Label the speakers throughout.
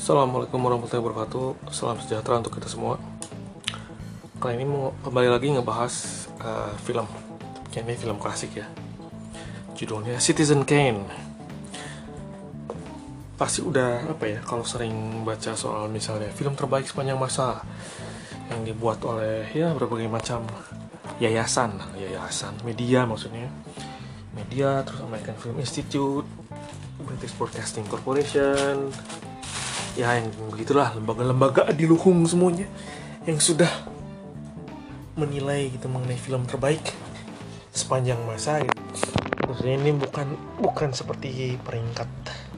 Speaker 1: Assalamualaikum warahmatullahi wabarakatuh. Salam sejahtera untuk kita semua. Kali ini mau kembali lagi ngebahas film. Ini film klasik ya. Judulnya Citizen Kane. Pasti udah kalau sering baca soal misalnya film terbaik sepanjang masa yang dibuat oleh berbagai macam yayasan, media maksudnya. Media, terus American Film Institute, British Broadcasting Corporation, yang begitulah, lembaga-lembaga adiluhung semuanya yang sudah menilai gitu mengenai film terbaik sepanjang masa gitu. Maksudnya ini bukan seperti peringkat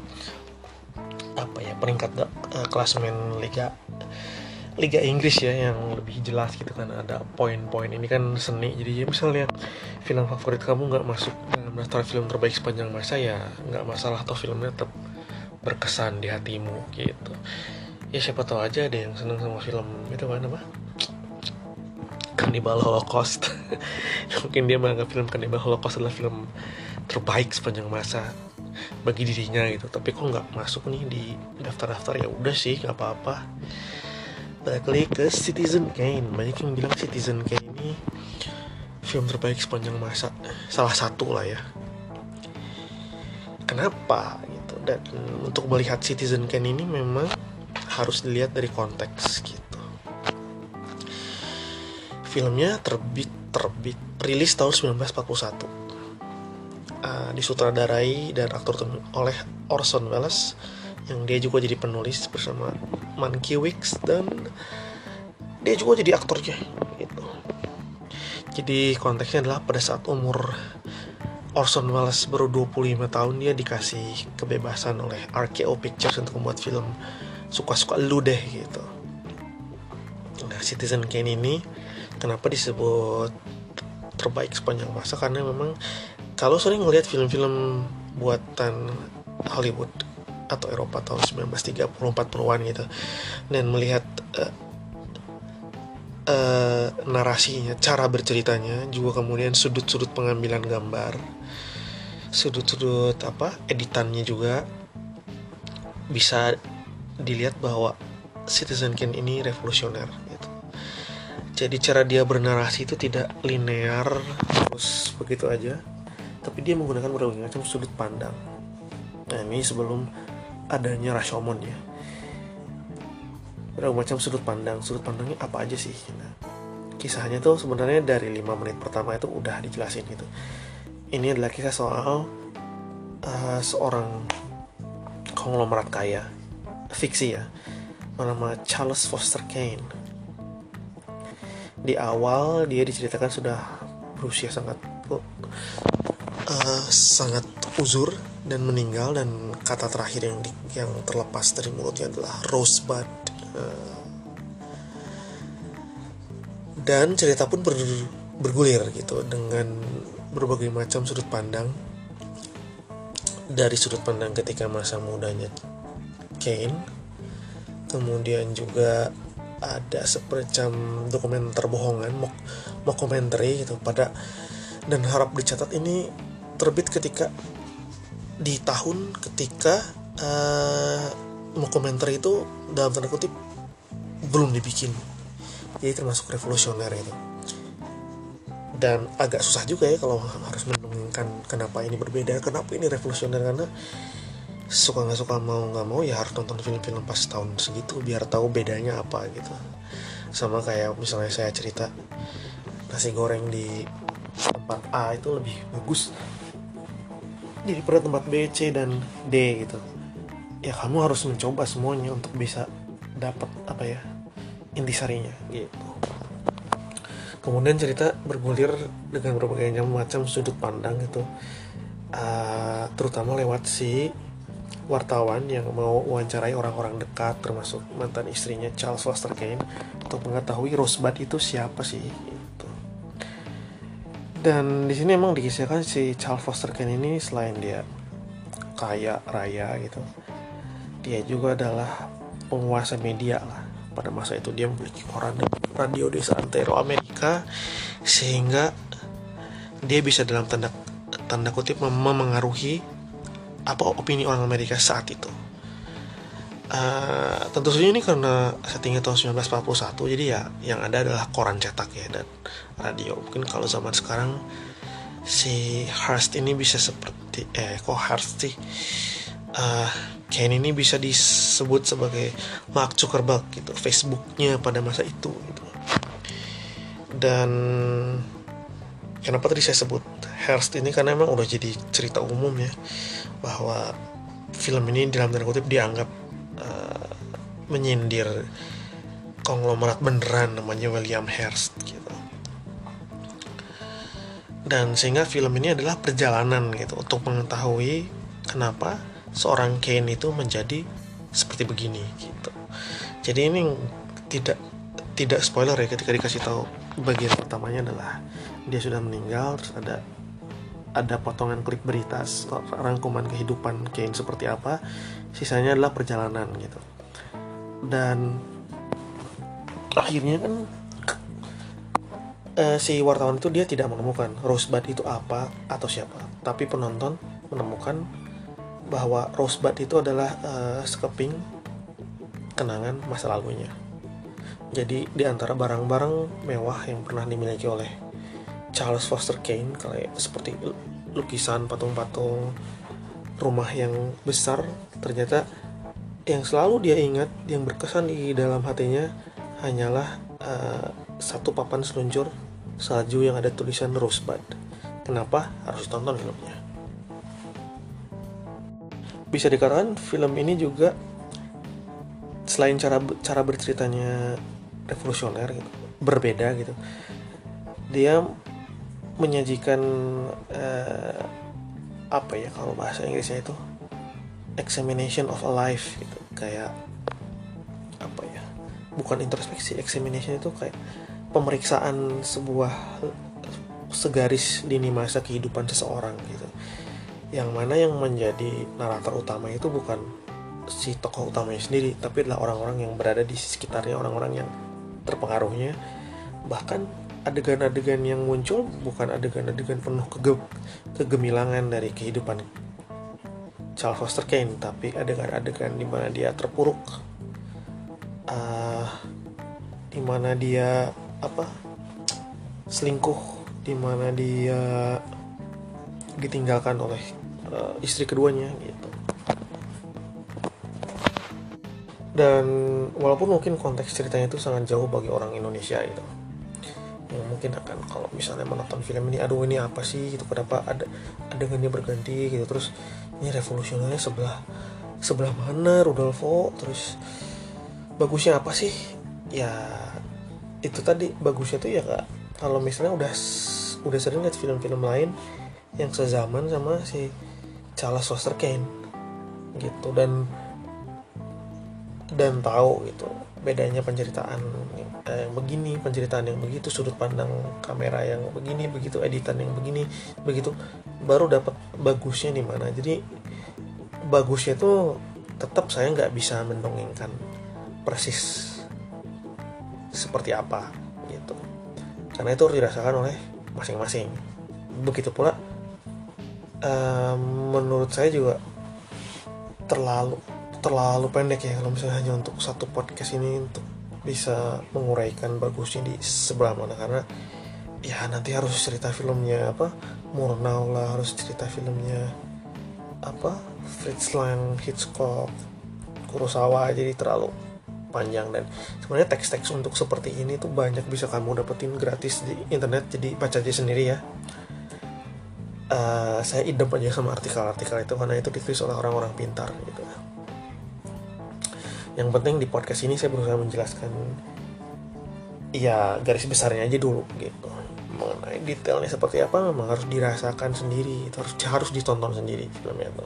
Speaker 1: klasemen Liga Inggris ya, yang lebih jelas gitu kan, ada poin-poin. Ini kan seni, jadi misalnya film favorit kamu nggak masuk dalam daftar film terbaik sepanjang masa, ya nggak masalah, atau filmnya tetap berkesan di hatimu gitu. Ya siapa tahu aja ada yang seneng sama film itu kan, apa, Cannibal Holocaust. Mungkin dia menganggap film Cannibal Holocaust adalah film terbaik sepanjang masa bagi dirinya gitu. Tapi kok nggak masuk nih di daftar-daftar, ya udah sih, nggak apa-apa. Balik lagi ke Citizen Kane. Banyak yang bilang Citizen Kane ini film terbaik sepanjang masa, salah satu lah ya. Kenapa gitu? Dan untuk melihat Citizen Kane ini memang harus dilihat dari konteks gitu. Filmnya rilis tahun 1941. Disutradarai dan aktor oleh Orson Welles, yang dia juga jadi penulis bersama Mankiewicz, dan dia juga jadi aktornya gitu. Jadi konteksnya adalah pada saat umur Orson Welles baru 25 tahun, dia dikasih kebebasan oleh RKO Pictures untuk membuat film suka-suka lu deh gitu. Nah, Citizen Kane ini kenapa disebut terbaik sepanjang masa? Karena memang kalau sering ngelihat film-film buatan Hollywood atau Eropa tahun 1930-40-an gitu, dan melihat narasinya, cara berceritanya, juga kemudian sudut-sudut pengambilan gambar, sudut-sudut editannya juga bisa dilihat bahwa Citizen Kane ini revolusioner gitu. Jadi cara dia bernarasi itu tidak linear terus begitu aja, tapi dia menggunakan berbagai macam sudut pandang. Nah, ini sebelum adanya Rashomon ya, berbagai macam sudut pandang. Sudut pandangnya apa aja sih? Nah, kisahnya tuh sebenarnya dari 5 menit pertama itu udah dijelasin gitu. Ini adalah kisah soal seorang konglomerat kaya, fiksi ya, bernama Charles Foster Kane. Di awal dia diceritakan sudah berusia sangat uzur dan meninggal, dan kata terakhir yang terlepas dari mulutnya adalah Rosebud. Dan cerita pun bergulir gitu dengan berbagai macam sudut pandang. Dari sudut pandang ketika masa mudanya Kane, kemudian juga ada semacam dokumenter bohongan, mockumentary gitu dan harap dicatat, ini terbit di tahun ketika mockumentary itu dalam tanda kutip belum dibikin. Jadi termasuk revolusioner itu. Dan agak susah juga ya kalau harus mendongengkan kenapa ini berbeda, kenapa ini revolusioner, karena suka nggak suka, mau nggak mau ya harus nonton film-film pas tahun segitu biar tahu bedanya apa gitu. Sama kayak misalnya saya cerita nasi goreng di tempat A itu lebih bagus daripada tempat B, C, dan D gitu. Ya kamu harus mencoba semuanya untuk bisa dapat intisarinya gitu. Kemudian cerita bergulir dengan berbagai macam sudut pandang gitu, terutama lewat si wartawan yang mau wawancarai orang-orang dekat, termasuk mantan istrinya Charles Foster Kane, untuk mengetahui Rosebud itu siapa sih gitu. Dan di sini emang dikisahkan si Charles Foster Kane ini selain dia kaya raya gitu, dia juga adalah penguasa media lah. Pada masa itu dia memiliki koran dan radio di seantero Amerika, sehingga dia bisa dalam tanda kutip memengaruhi opini orang Amerika saat itu. Tentu saja ini karena settingnya tahun 1941, jadi ya yang ada adalah koran cetak ya dan radio. Mungkin kalau zaman sekarang si Hearst ini bisa seperti Hearst sih, Kane ini bisa disebut sebagai Mark Zuckerberg gitu, Facebooknya pada masa itu gitu. Dan kenapa tadi saya sebut Hearst ini, karena emang udah jadi cerita umum ya, bahwa film ini dalam tanda kutip dianggap menyindir konglomerat beneran namanya William Hearst gitu. Dan sehingga film ini adalah perjalanan gitu untuk mengetahui kenapa seorang Kane itu menjadi seperti begini gitu. Jadi ini tidak spoiler ya ketika dikasih tahu bagian pertamanya adalah dia sudah meninggal, terus ada potongan klip berita rangkuman kehidupan Kane seperti apa, sisanya adalah perjalanan gitu. Dan akhirnya kan si wartawan itu dia tidak menemukan Rosebud itu apa atau siapa, tapi penonton menemukan bahwa Rosebud itu adalah sekeping kenangan masa lalunya. Jadi di antara barang-barang mewah yang pernah dimiliki oleh Charles Foster Kane, kayak seperti lukisan, patung-patung, rumah yang besar, ternyata yang selalu dia ingat, yang berkesan di dalam hatinya hanyalah satu papan seluncur salju yang ada tulisan Rosebud. Kenapa? Harus tonton filmnya. Bisa dikatakan film ini juga selain cara berceritanya revolusioner gitu, berbeda gitu, dia menyajikan apa ya kalau bahasa Inggrisnya itu examination of a life gitu, kayak apa ya, bukan introspeksi, examination itu kayak pemeriksaan sebuah segaris lini masa kehidupan seseorang gitu, yang mana yang menjadi narator utama itu bukan si tokoh utamanya sendiri, tapi adalah orang-orang yang berada di sekitarnya, orang-orang yang terpengaruhnya. Bahkan adegan-adegan yang muncul bukan adegan-adegan penuh kegemilangan dari kehidupan Charles Foster Kane, tapi adegan-adegan di mana dia terpuruk, di mana dia selingkuh, di mana dia ditinggalkan oleh istri keduanya gitu. Dan walaupun mungkin konteks ceritanya itu sangat jauh bagi orang Indonesia gitu, yang mungkin akan kalau misalnya menonton film ini, aduh ini apa sih gitu, kenapa ada adegannya berganti gitu, terus ini revolusionernya sebelah mana Rudolfo, terus bagusnya apa sih ya, itu tadi bagusnya tuh ya kak, kalau misalnya udah sering lihat film-film lain yang sezaman sama si Charles Foster Kane gitu, dan tahu gitu bedanya penceritaan yang begini, penceritaan yang begitu, sudut pandang kamera yang begini, begitu editan yang begini, begitu, baru dapat bagusnya di mana. Jadi bagusnya tuh tetap saya nggak bisa mendongengkan persis seperti apa gitu, karena itu harus dirasakan oleh masing-masing. Begitu pula menurut saya juga terlalu pendek ya kalau misalnya hanya untuk satu podcast ini untuk bisa menguraikan bagusnya di sebelah mana, karena ya nanti harus cerita filmnya Murnau lah, harus cerita filmnya Fritz Lang, Hitchcock, Kurosawa, jadi terlalu panjang. Dan sebenarnya teks-teks untuk seperti ini tuh banyak bisa kamu dapetin gratis di internet, jadi baca aja sendiri ya. Saya idem aja sama artikel-artikel itu karena itu ditulis oleh orang-orang pintar gitu. Yang penting di podcast ini saya berusaha menjelaskan ya garis besarnya aja dulu gitu. Mengenai detailnya seperti apa memang harus dirasakan sendiri, itu harus ditonton sendiri filmnya itu.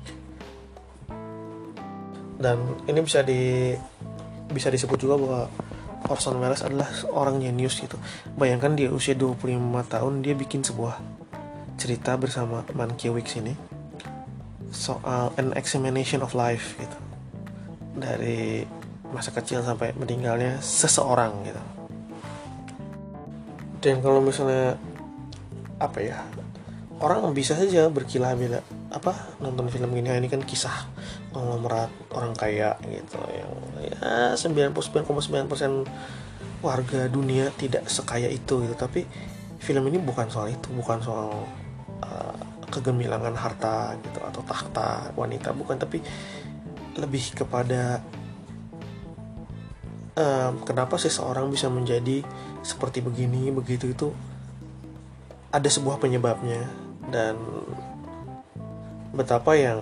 Speaker 1: Dan ini bisa disebut juga bahwa Orson Welles adalah orang jenius gitu. Bayangkan dia usia 25 tahun dia bikin sebuah cerita bersama Mankiewicz ini soal an examination of life gitu, dari masa kecil sampai meninggalnya seseorang gitu. Dan kalau misalnya orang bisa saja berkilah-bila nonton film gini, ini kan kisah konglomerat orang kaya gitu yang ya 99,9% warga dunia tidak sekaya itu gitu. Tapi film ini bukan soal itu, bukan soal kegemilangan harta gitu atau tahta wanita, bukan, tapi lebih kepada kenapa sih seorang bisa menjadi seperti begini begitu. Itu ada sebuah penyebabnya, dan betapa yang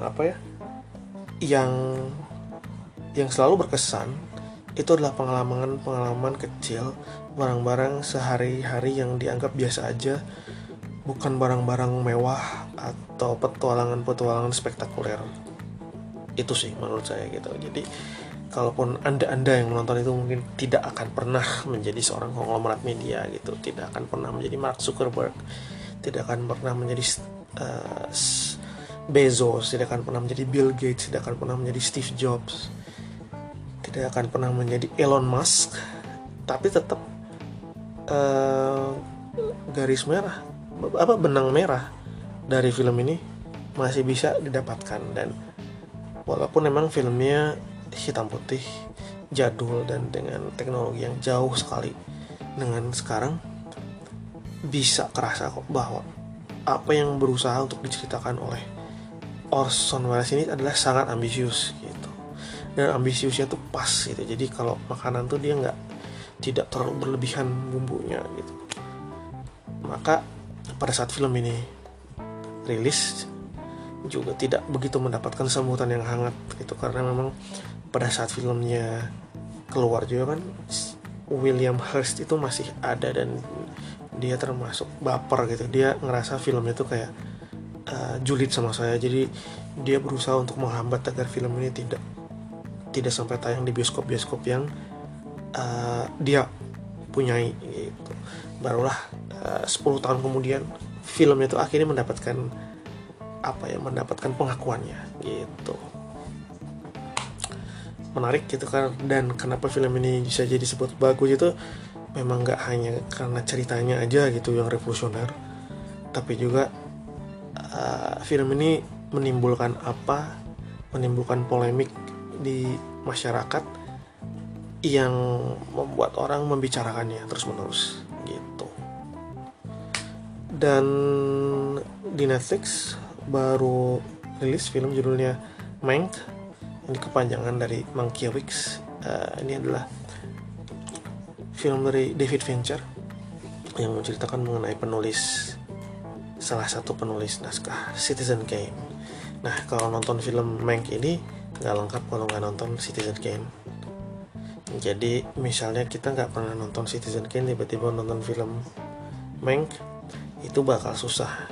Speaker 1: yang selalu berkesan itu adalah pengalaman kecil, barang-barang sehari-hari yang dianggap biasa aja, bukan barang-barang mewah atau petualangan spektakuler. Itu sih menurut saya gitu. Jadi kalaupun anda yang menonton itu mungkin tidak akan pernah menjadi seorang konglomerat media gitu, tidak akan pernah menjadi Mark Zuckerberg, tidak akan pernah menjadi Bezos, tidak akan pernah menjadi Bill Gates, tidak akan pernah menjadi Steve Jobs, tidak akan pernah menjadi Elon Musk, tapi tetap garis merah, benang merah dari film ini masih bisa didapatkan. Dan walaupun memang filmnya hitam putih, jadul, dan dengan teknologi yang jauh sekali dengan sekarang, bisa kerasa kok bahwa apa yang berusaha untuk diceritakan oleh Orson Welles ini adalah sangat ambisius gitu. Dan ambisiusnya tuh pas gitu. Jadi kalau makanan tuh dia tidak terlalu berlebihan bumbunya gitu. Maka pada saat film ini rilis juga tidak begitu mendapatkan sambutan yang hangat gitu, karena memang pada saat filmnya keluar juga kan William Hurt itu masih ada, dan dia termasuk baper gitu. Dia ngerasa filmnya tuh kayak julid sama saya, jadi dia berusaha untuk menghambat agar film ini tidak sampai tayang di bioskop yang dia punyai gitu. Barulah 10 tahun kemudian film itu akhirnya mendapatkan pengakuannya gitu. Menarik gitu kan. Dan kenapa film ini bisa jadi disebut bagus itu memang gak hanya karena ceritanya aja gitu yang revolusioner, tapi juga film ini menimbulkan polemik di masyarakat yang membuat orang membicarakannya terus-menerus gitu. Dan di Netflix baru rilis film judulnya Mank, ini kepanjangan dari Mankiewicz. Ini adalah film dari David Fincher yang menceritakan mengenai salah satu penulis naskah Citizen Kane. Nah, kalau nonton film Mank ini nggak lengkap kalau nggak nonton Citizen Kane. Jadi misalnya kita nggak pernah nonton Citizen Kane, tiba-tiba nonton film Mank, itu bakal susah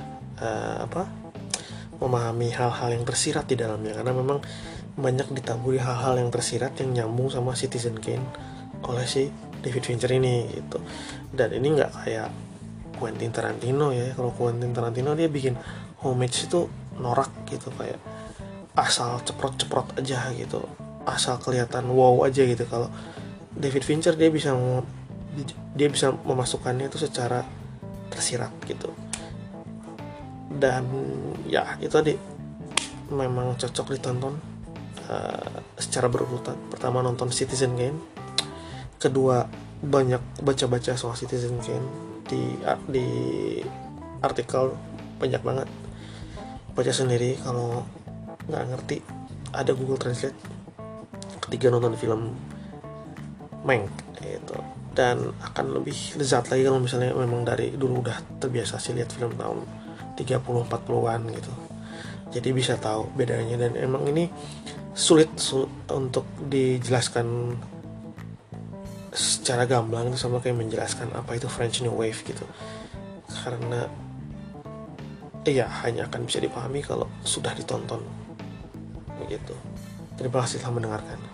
Speaker 1: memahami hal-hal yang tersirat di dalamnya, karena memang banyak ditaburi hal-hal yang tersirat yang nyambung sama Citizen Kane oleh si David Fincher ini gitu. Dan ini nggak kayak Quentin Tarantino ya. Kalau Quentin Tarantino dia bikin homage itu norak gitu, kayak asal ceprot-ceprot aja gitu, asal kelihatan wow aja gitu. Kalau David Fincher dia bisa memasukkannya itu secara tersirat gitu. Dan ya itu tadi memang cocok ditonton secara berurutan. Pertama nonton Citizen Kane, kedua banyak baca-baca soal Citizen Kane di artikel, banyak banget, baca sendiri kalau nggak ngerti, ada Google Translate. Ketiga nonton film Mank gitu. Dan akan lebih lezat lagi kalau misalnya memang dari dulu udah terbiasa sih lihat film tahun 30-40an gitu, jadi bisa tahu bedanya. Dan emang ini sulit untuk dijelaskan secara gamblang, itu sama kayak menjelaskan apa itu French New Wave gitu, karena hanya akan bisa dipahami kalau sudah ditonton begitu. Terima kasih telah mendengarkan.